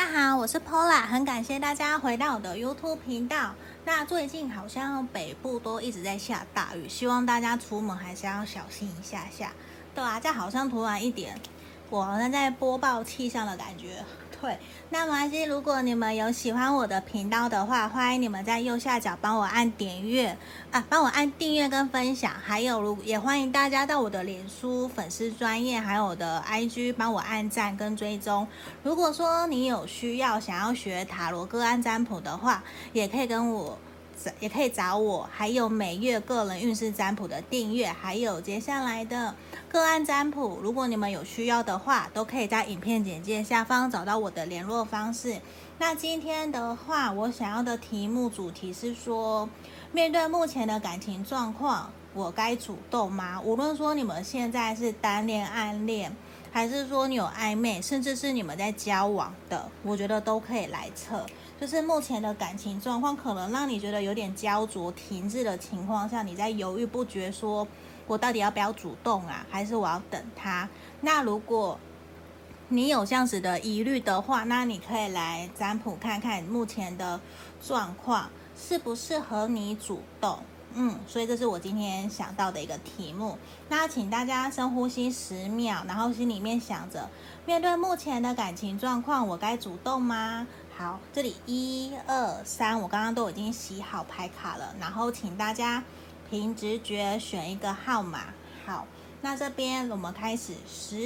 家好，我是 Paula， 很感谢大家回到我的 YouTube 频道。那最近好像北部都一直在下大雨，希望大家出门还是要小心一下下。对啊，这好像突然一点，我好像在播报气象的感觉。对，那没关系，如果你们有喜欢我的频道的话，欢迎你们在右下角帮我按点阅帮我按订阅跟分享，还有也欢迎大家到我的脸书粉丝专页还有我的 IG 帮我按赞跟追踪。如果说你有需要想要学塔罗个案占卜的话，也可以找我，还有每月个人运势占卜的订阅，还有接下来的个案占卜，如果你们有需要的话，都可以在影片简介下方找到我的联络方式。那今天的话，我想要的主题是说，面对目前的感情状况，我该主动吗？无论说你们现在是单恋、暗恋，还是说你有暧昧，甚至是你们在交往的，我觉得都可以来测。就是目前的感情状况可能让你觉得有点焦灼、停滞的情况下，你在犹豫不决，说我到底要不要主动啊，还是我要等他？那如果你有这样子的疑虑的话，那你可以来占卜看看目前的状况适不适合你主动。所以这是我今天想到的一个题目。那请大家深呼吸10秒，然后心里面想着，面对目前的感情状况，我该主动吗？好，这里1、2、3，我刚刚都已经洗好牌卡了，然后请大家凭直觉选一个号码。好，那这边我们开始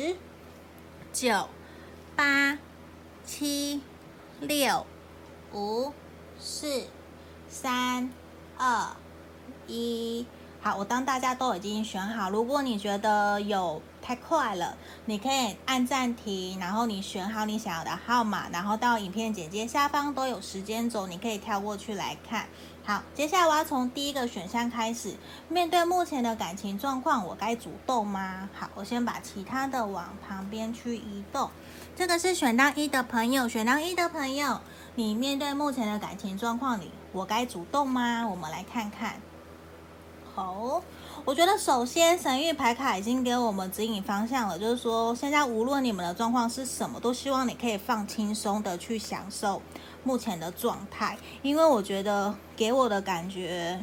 10、9、8、7、6、5、4、3、2、1。好，我当大家都已经选好，如果你觉得有太快了，你可以按暂停，然后你选好你想要的号码，然后到影片简介下方都有时间轴，你可以跳过去来看。好，接下来我要从第一个选项开始，面对目前的感情状况，我该主动吗？好，我先把其他的往旁边去移动。这个是选到1的朋友，你面对目前的感情状况里，我该主动吗？我们来看看。好，我觉得首先神谕牌卡已经给我们指引方向了，就是说现在无论你们的状况是什么，都希望你可以放轻松的去享受目前的状态，因为我觉得给我的感觉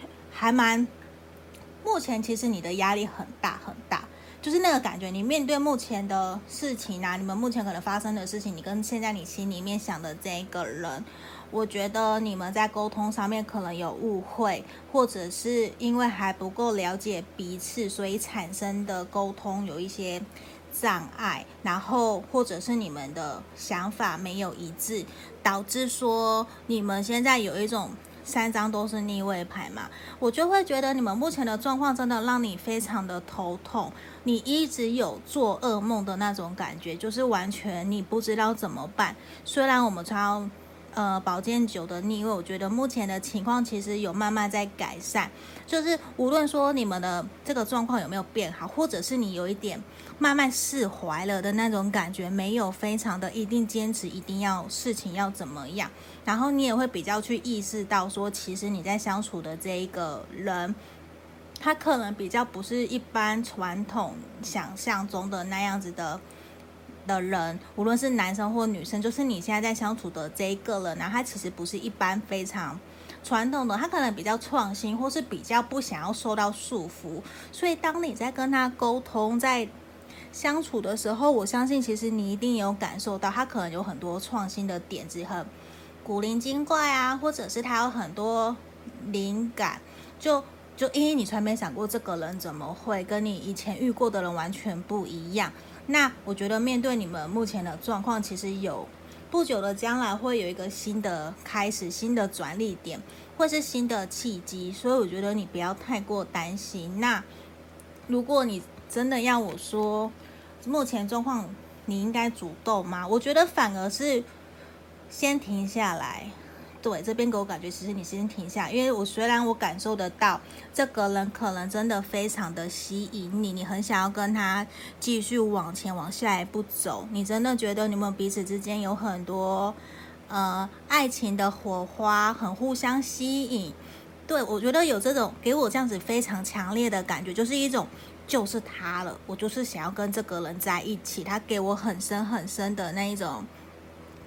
目前其实你的压力很大很大，就是那个感觉，你面对目前的事情啊，你们目前可能发生的事情，你跟现在你心里面想的这一个人，我觉得你们在沟通上面可能有误会，或者是因为还不够了解彼此，所以产生的沟通有一些障碍，然后或者是你们的想法没有一致，导致说你们现在有一种3张都是逆位牌嘛，我就会觉得你们目前的状况真的让你非常的头痛，你一直有做噩梦的那种感觉，就是完全你不知道怎么办。虽然我们超宝剑9的逆位，我觉得目前的情况其实有慢慢在改善，就是无论说你们的这个状况有没有变好，或者是你有一点慢慢释怀了的那种感觉，没有非常的一定坚持一定要事情要怎么样，然后你也会比较去意识到说，其实你在相处的这一个人，他可能比较不是一般传统想象中的那样子的人，无论是男生或女生，就是你现在在相处的这一个人，然后他其实不是一般非常传统的，他可能比较创新，或是比较不想要受到束缚，所以当你在跟他沟通，在相处的时候，我相信其实你一定有感受到，他可能有很多创新的点子，很古灵精怪啊，或者是他有很多灵感，就因为你从来没想过这个人怎么会跟你以前遇过的人完全不一样。那我觉得面对你们目前的状况，其实有不久的将来会有一个新的开始，新的转捩点，会是新的契机，所以我觉得你不要太过担心。那如果你真的要我说目前状况你应该主动吗？我觉得反而是先停下来。对，这边给我感觉其实你先停下，因为虽然我感受得到这个人可能真的非常的吸引你，你很想要跟他继续往前往下一步走，你真的觉得你们彼此之间有很多爱情的火花，很互相吸引。对，我觉得有这种给我这样子非常强烈的感觉，就是一种就是他了，我就是想要跟这个人在一起，他给我很深很深的那一种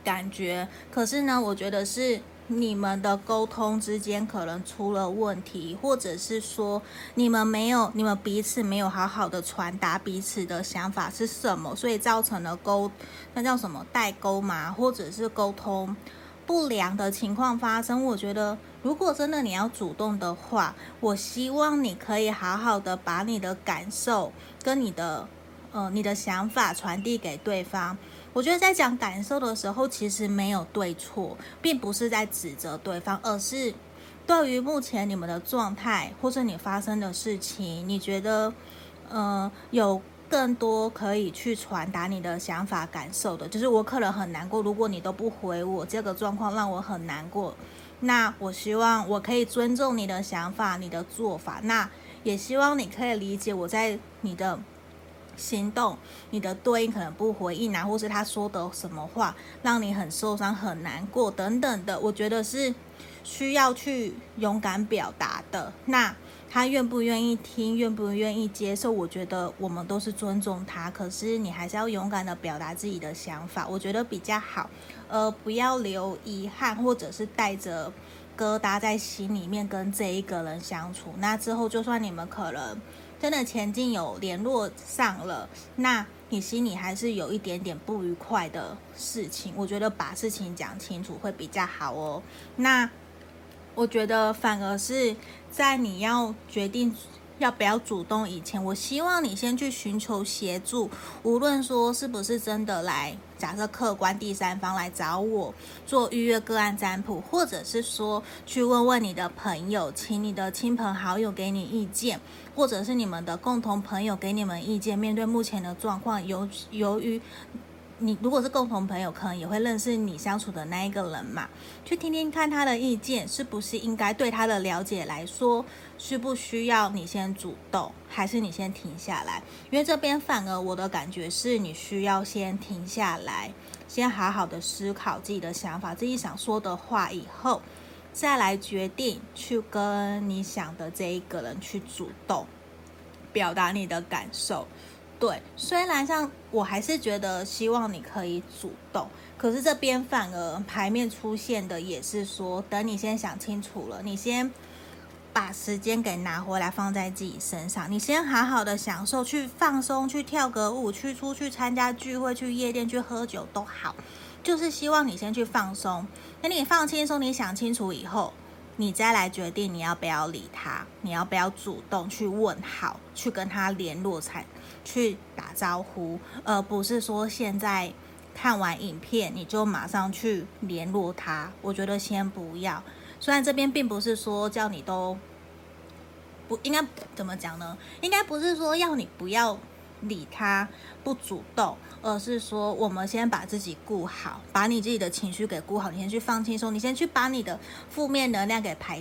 感觉，可是呢，我觉得是你们的沟通之间可能出了问题，或者是说你们彼此没有好好的传达彼此的想法是什么，所以造成了那叫什么代沟嘛，或者是沟通不良的情况发生。我觉得如果真的你要主动的话，我希望你可以好好的把你的感受跟你的想法传递给对方。我觉得在讲感受的时候，其实没有对错，并不是在指责对方，而是对于目前你们的状态或者你发生的事情，你觉得有更多可以去传达你的想法感受的。就是我可能很难过，如果你都不回我，这个状况让我很难过，那我希望我可以尊重你的想法你的做法，那也希望你可以理解我在你的行动，你的对应可能不回应啊，或是他说的什么话让你很受伤很难过等等的，我觉得是需要去勇敢表达的。那他愿不愿意听，愿不愿意接受，我觉得我们都是尊重他，可是你还是要勇敢的表达自己的想法，我觉得比较好，不要留遗憾，或者是带着疙瘩在心里面跟这一个人相处。那之后就算你们可能真的前进有联络上了，那你心里还是有一点点不愉快的事情，我觉得把事情讲清楚会比较好哦。那我觉得反而是在你要决定要不要主动以前，我希望你先去寻求协助，无论说是不是真的来，假设客观第三方来找我做预约个案占卜，或者是说去问问你的朋友，请你的亲朋好友给你意见，或者是你们的共同朋友给你们意见。面对目前的状况，由于你如果是共同朋友，可能也会认识你相处的那一个人嘛，去听听看他的意见，是不是应该对他的了解来说，需不需要你先主动，还是你先停下来？因为这边反而我的感觉是你需要先停下来，先好好的思考自己的想法，自己想说的话以后，再来决定去跟你想的这一个人去主动表达你的感受。对，虽然像我还是觉得希望你可以主动，可是这边反而牌面出现的也是说，等你先想清楚了，你先把时间给拿回来放在自己身上，你先好好的享受，去放松，去跳个舞，去出去参加聚会，去夜店，去喝酒都好，就是希望你先去放松。等你放轻松，你想清楚以后，你再来决定你要不要理他，你要不要主动去问好，去跟他联络去打招呼，而不是说现在看完影片你就马上去联络他。我觉得先不要。虽然这边并不是说叫你都不应该怎么讲呢？应该不是说要你不要理他不主动，而是说我们先把自己顾好，把你自己的情绪给顾好，你先去放轻松，你先去把你的负面能量给排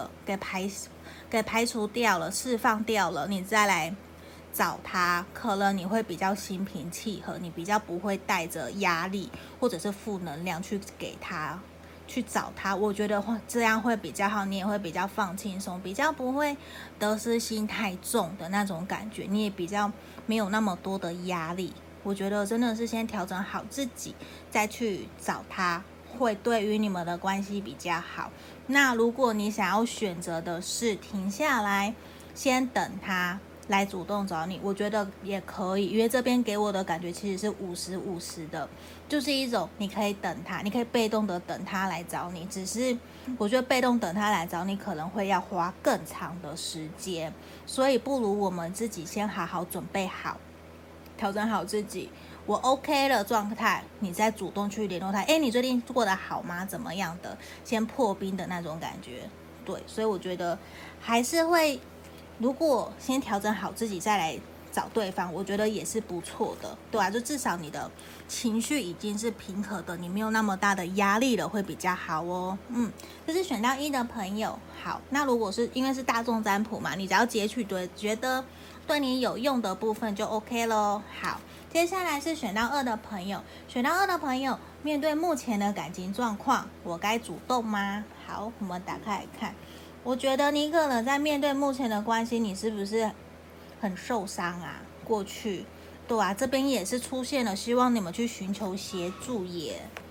除掉了，释放掉了，你再来找他，可能你会比较心平气和，你比较不会带着压力或者是负能量去给他去找他。我觉得这样会比较好，你也会比较放轻松，比较不会得失心太重的那种感觉，你也比较没有那么多的压力。我觉得真的是先调整好自己再去找他，会对于你们的关系比较好。那如果你想要选择的是停下来先等他来主动找你，我觉得也可以，因为这边给我的感觉其实是50-50的，就是一种你可以等他，你可以被动的等他来找你，只是我觉得被动等他来找你可能会要花更长的时间，所以不如我们自己先好好准备好，调整好自己，我 OK 了状态，你再主动去联络他。你最近过得好吗？怎么样的？先破冰的那种感觉。对，所以我觉得还是会，如果先调整好自己再来找对方，我觉得也是不错的，对啊，就至少你的情绪已经是平和的，你没有那么大的压力了，会比较好哦。这是选到1的朋友。好，那如果是因为是大众占卜嘛，你只要截取觉得对你有用的部分就 OK 咯。好，接下来是选到2的朋友。选到2的朋友，面对目前的感情状况，我该主动吗？好，我们打开来看。我觉得你可能在面对目前的关系，你是不是很受伤啊？过去，对啊，这边也是出现了，希望你们去寻求协助耶。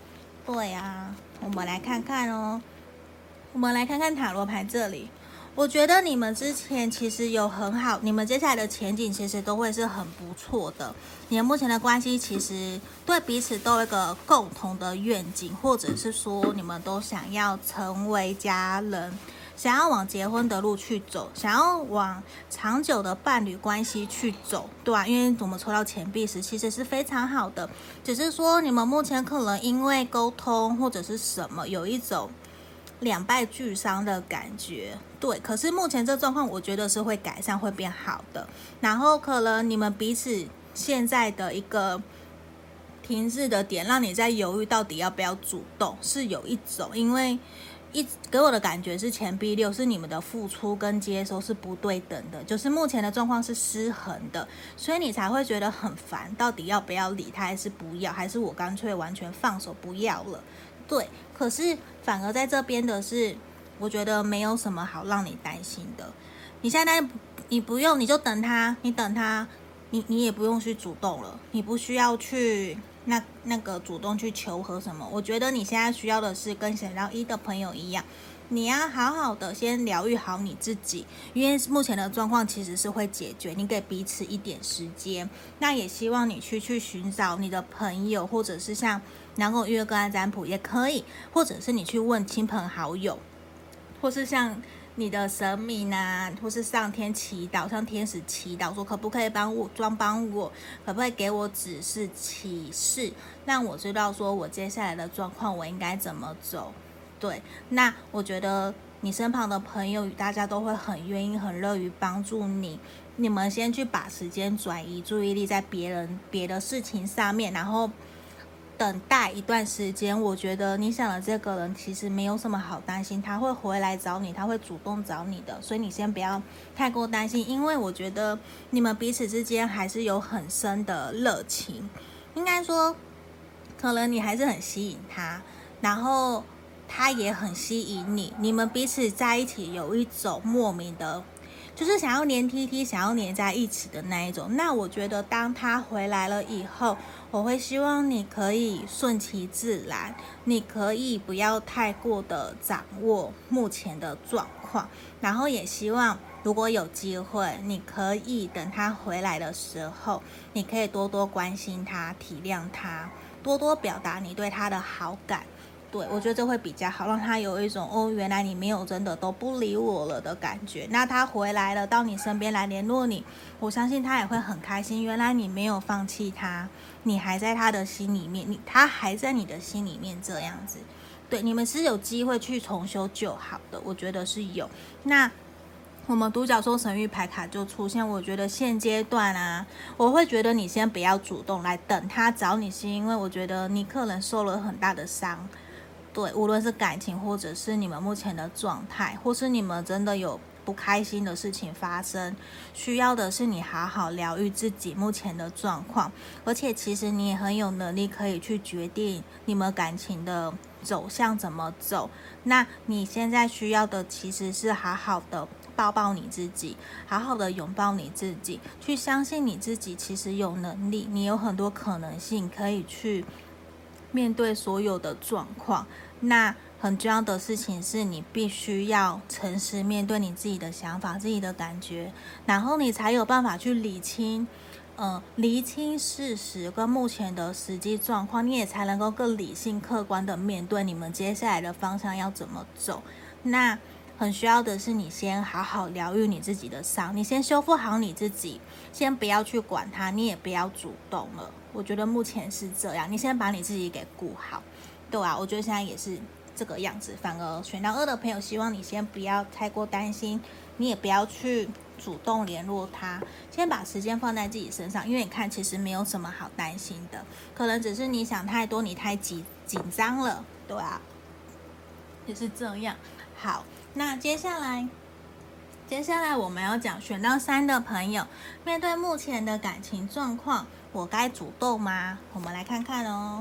对啊，我们来看看哦。我们来看看塔罗牌这里，我觉得你们之前其实有很好，你们接下来的前景其实都会是很不错的。你们目前的关系其实对彼此都有一个共同的愿景，或者是说你们都想要成为家人，想要往结婚的路去走，想要往长久的伴侣关系去走，对啊，因为我们抽到钱币时其实是非常好的，只是说你们目前可能因为沟通或者是什么有一种两败俱伤的感觉，对，可是目前这状况我觉得是会改善，会变好的。然后可能你们彼此现在的一个停滞的点，让你在犹豫到底要不要主动，是有一种，因为给我的感觉是钱币六是你们的付出跟接收是不对等的，就是目前的状况是失衡的，所以你才会觉得很烦，到底要不要理他，还是不要，还是我干脆完全放手不要了。对，可是反而在这边的是，我觉得没有什么好让你担心的。你现在你不用，你就等他，你等他，你也不用去主动了，你不需要去那个主动去求和什么。我觉得你现在需要的是跟显到一的朋友一样，你要好好的先疗愈好你自己，因为目前的状况其实是会解决，你给彼此一点时间。那也希望你去寻找你的朋友，或者是像然后约个案占卜也可以，或者是你去问亲朋好友，或是像你的神明啊，或是上天祈祷，向天使祈祷说可不可以帮我，可不可以给我指示启示，让我知道说我接下来的状况我应该怎么走。对，那我觉得你身旁的朋友大家都会很愿意很乐于帮助你，你们先去把时间转移注意力在别的事情上面，然后等待一段时间。我觉得你想的这个人其实没有什么好担心，他会回来找你，他会主动找你的，所以你先不要太过担心，因为我觉得你们彼此之间还是有很深的热情，应该说可能你还是很吸引他，然后他也很吸引你，你们彼此在一起有一种莫名的就是想要黏 TT 想要黏在一起的那一种。那我觉得当他回来了以后，我会希望你可以顺其自然，你可以不要太过的掌握目前的状况，然后也希望如果有机会，你可以等他回来的时候，你可以多多关心他，体谅他，多多表达你对他的好感。对，我觉得这会比较好，让他有一种哦，原来你没有真的都不理我了的感觉。那他回来了，到你身边来联络你，我相信他也会很开心。原来你没有放弃他，你还在他的心里面，他还在你的心里面这样子。对，你们是有机会去重修旧好的，我觉得是有。那我们独角兽神谕牌卡就出现，我觉得现阶段啊，我会觉得你先不要主动来等他找你，是因为我觉得你可能受了很大的伤。对，无论是感情，或者是你们目前的状态，或是你们真的有不开心的事情发生，需要的是你好好疗愈自己目前的状况。而且其实你也很有能力可以去决定你们感情的走向怎么走。那你现在需要的其实是好好的抱抱你自己，好好的拥抱你自己，去相信你自己其实有能力，你有很多可能性可以去面对所有的状况。那很重要的事情是你必须要诚实面对你自己的想法，自己的感觉，然后你才有办法去厘清事实跟目前的实际状况，你也才能够更理性客观的面对你们接下来的方向要怎么走。那很需要的是你先好好疗愈你自己的伤，你先修复好你自己，先不要去管它，你也不要主动了。我觉得目前是这样，你先把你自己给顾好。对啊，我觉得现在也是这个样子。反而选到2的朋友，希望你先不要太过担心，你也不要去主动联络他，先把时间放在自己身上，因为你看其实没有什么好担心的，可能只是你想太多，你太紧张了。对啊，也是这样。好，那接下来我们要讲选到3的朋友，面对目前的感情状况，我该主动吗？我们来看看哦。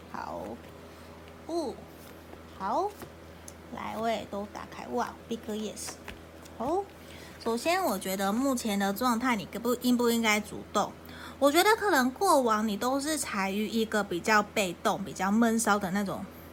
好，来，我也都打开。哇 ，Big Yes。好，首先我觉得目前的状态，你应不应该主动？我觉得可能过往你都是采于一个比较被动、比较闷骚的那种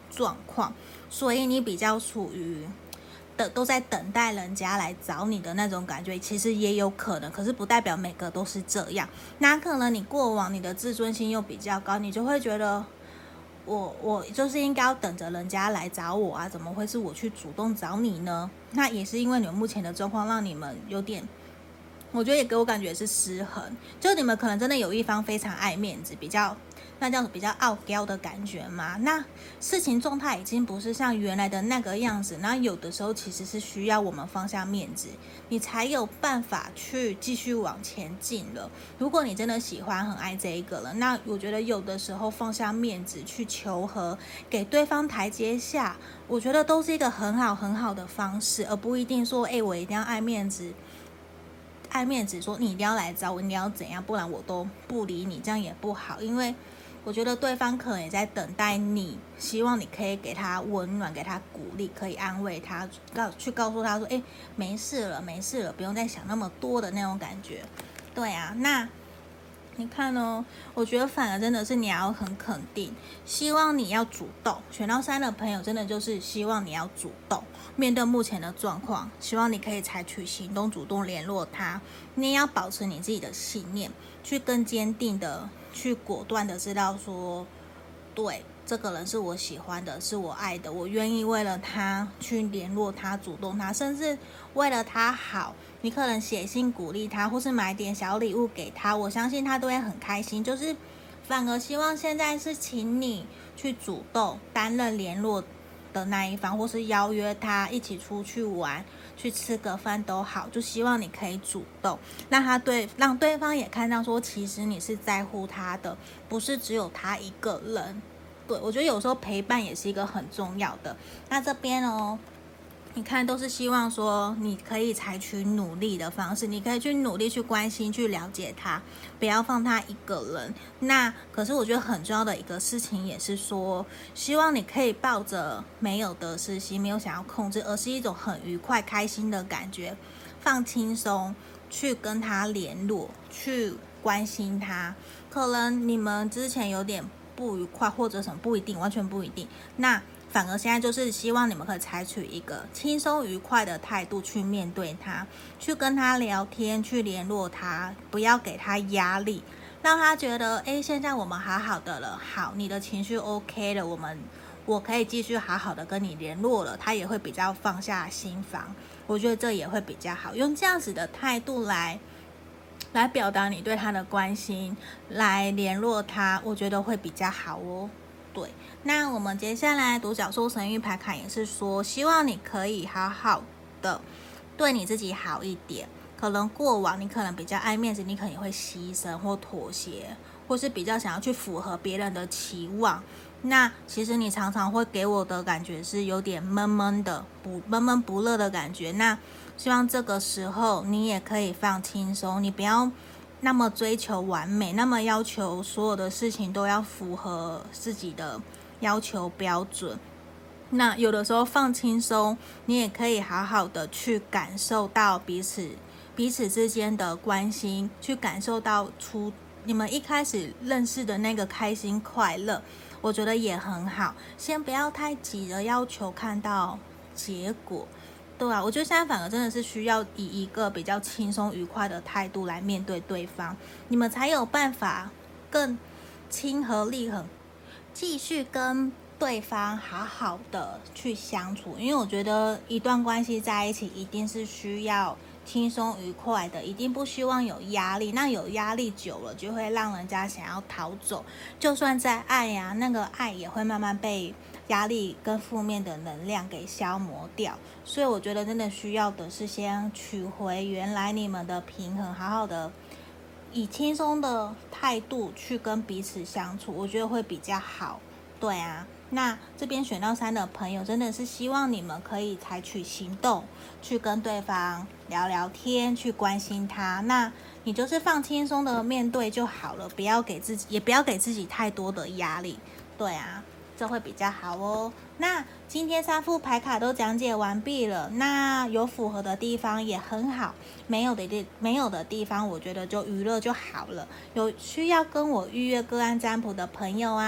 状况，所以你比较处于都在等待人家来找你的那种感觉，其实也有可能，可是不代表每个都是这样。那可能你过往你的自尊心又比较高，你就会觉得我就是应该要等着人家来找我啊，怎么会是我去主动找你呢？那也是因为你们目前的状况让你们有点，我觉得也给我感觉是失衡，就你们可能真的有一方非常爱面子，那叫比较傲娇的感觉嘛。那事情状态已经不是像原来的那个样子，那有的时候其实是需要我们放下面子，你才有办法去继续往前进了。如果你真的喜欢很爱这一个人，那我觉得有的时候放下面子去求和，给对方台阶下，我觉得都是一个很好很好的方式，而不一定说我一定要爱面子说你一定要来找我，你要怎样，不然我都不理你，这样也不好。因为我觉得对方可能也在等待你，希望你可以给他温暖，给他鼓励，可以安慰他，去告诉他说没事了，不用再想那么多的那种感觉。对啊，那你看哦，我觉得反而真的是你要很肯定，希望你要主动。选到3的朋友真的就是希望你要主动面对目前的状况，希望你可以采取行动，主动联络他。你也要保持你自己的信念，去更坚定的去果断的知道说，对，这个人是我喜欢的，是我爱的，我愿意为了他去联络他，主动他，甚至为了他好，你可能写信鼓励他，或是买点小礼物给他，我相信他都会很开心。就是反而希望现在是请你去主动担任联络的那一方，或是邀约他一起出去玩，去吃个饭都好，就希望你可以主动，让对方也看到说，其实你是在乎他的，不是只有他一个人。对，我觉得有时候陪伴也是一个很重要的。那这边哦，你看都是希望说你可以采取努力的方式，你可以去努力去关心去了解他，不要放他一个人。那可是我觉得很重要的一个事情也是说，希望你可以抱着没有得失心，没有想要控制，而是一种很愉快开心的感觉，放轻松去跟他联络，去关心他。可能你们之前有点不愉快或者什么，不一定，完全不一定。那反而现在就是希望你们可以采取一个轻松愉快的态度去面对他，去跟他聊天，去联络他，不要给他压力，让他觉得现在我们好好的了，好，你的情绪 OK 了，我可以继续好好的跟你联络了，他也会比较放下心防。我觉得这也会比较好，用这样子的态度来表达你对他的关心，来联络他，我觉得会比较好哦。对，那我们接下来独角兽神谕牌卡也是说，希望你可以好好的对你自己好一点。可能过往你可能比较爱面子，你可能会牺牲或妥协，或是比较想要去符合别人的期望。那其实你常常会给我的感觉是有点闷闷不乐的感觉。那希望这个时候你也可以放轻松，你不要那么追求完美，那么要求所有的事情都要符合自己的要求标准。那有的时候放轻松，你也可以好好的去感受到彼此之间的关心，去感受到你们一开始认识的那个开心快乐，我觉得也很好。先不要太急的要求看到结果。对啊，我觉得现在反而真的是需要以一个比较轻松愉快的态度来面对对方，你们才有办法更亲和力很，继续跟对方好好的去相处。因为我觉得一段关系在一起一定是需要轻松愉快的，一定不希望有压力。那有压力久了就会让人家想要逃走，就算在爱呀，那个爱也会慢慢被压力跟负面的能量给消磨掉。所以我觉得真的需要的是先取回原来你们的平衡，好好的以轻松的态度去跟彼此相处，我觉得会比较好。对啊，那这边选到3的朋友真的是希望你们可以采取行动，去跟对方聊聊天，去关心他。那你就是放轻松的面对就好了，也不要给自己太多的压力。对啊，这会比较好哦。那今天3副牌卡都讲解完毕了，那有符合的地方也很好，没有的地方我觉得就娱乐就好了。有需要跟我预约个案占卜的朋友啊，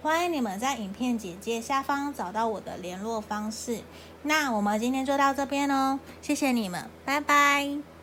欢迎你们在影片简介下方找到我的联络方式。那我们今天就到这边哦，谢谢你们，拜拜。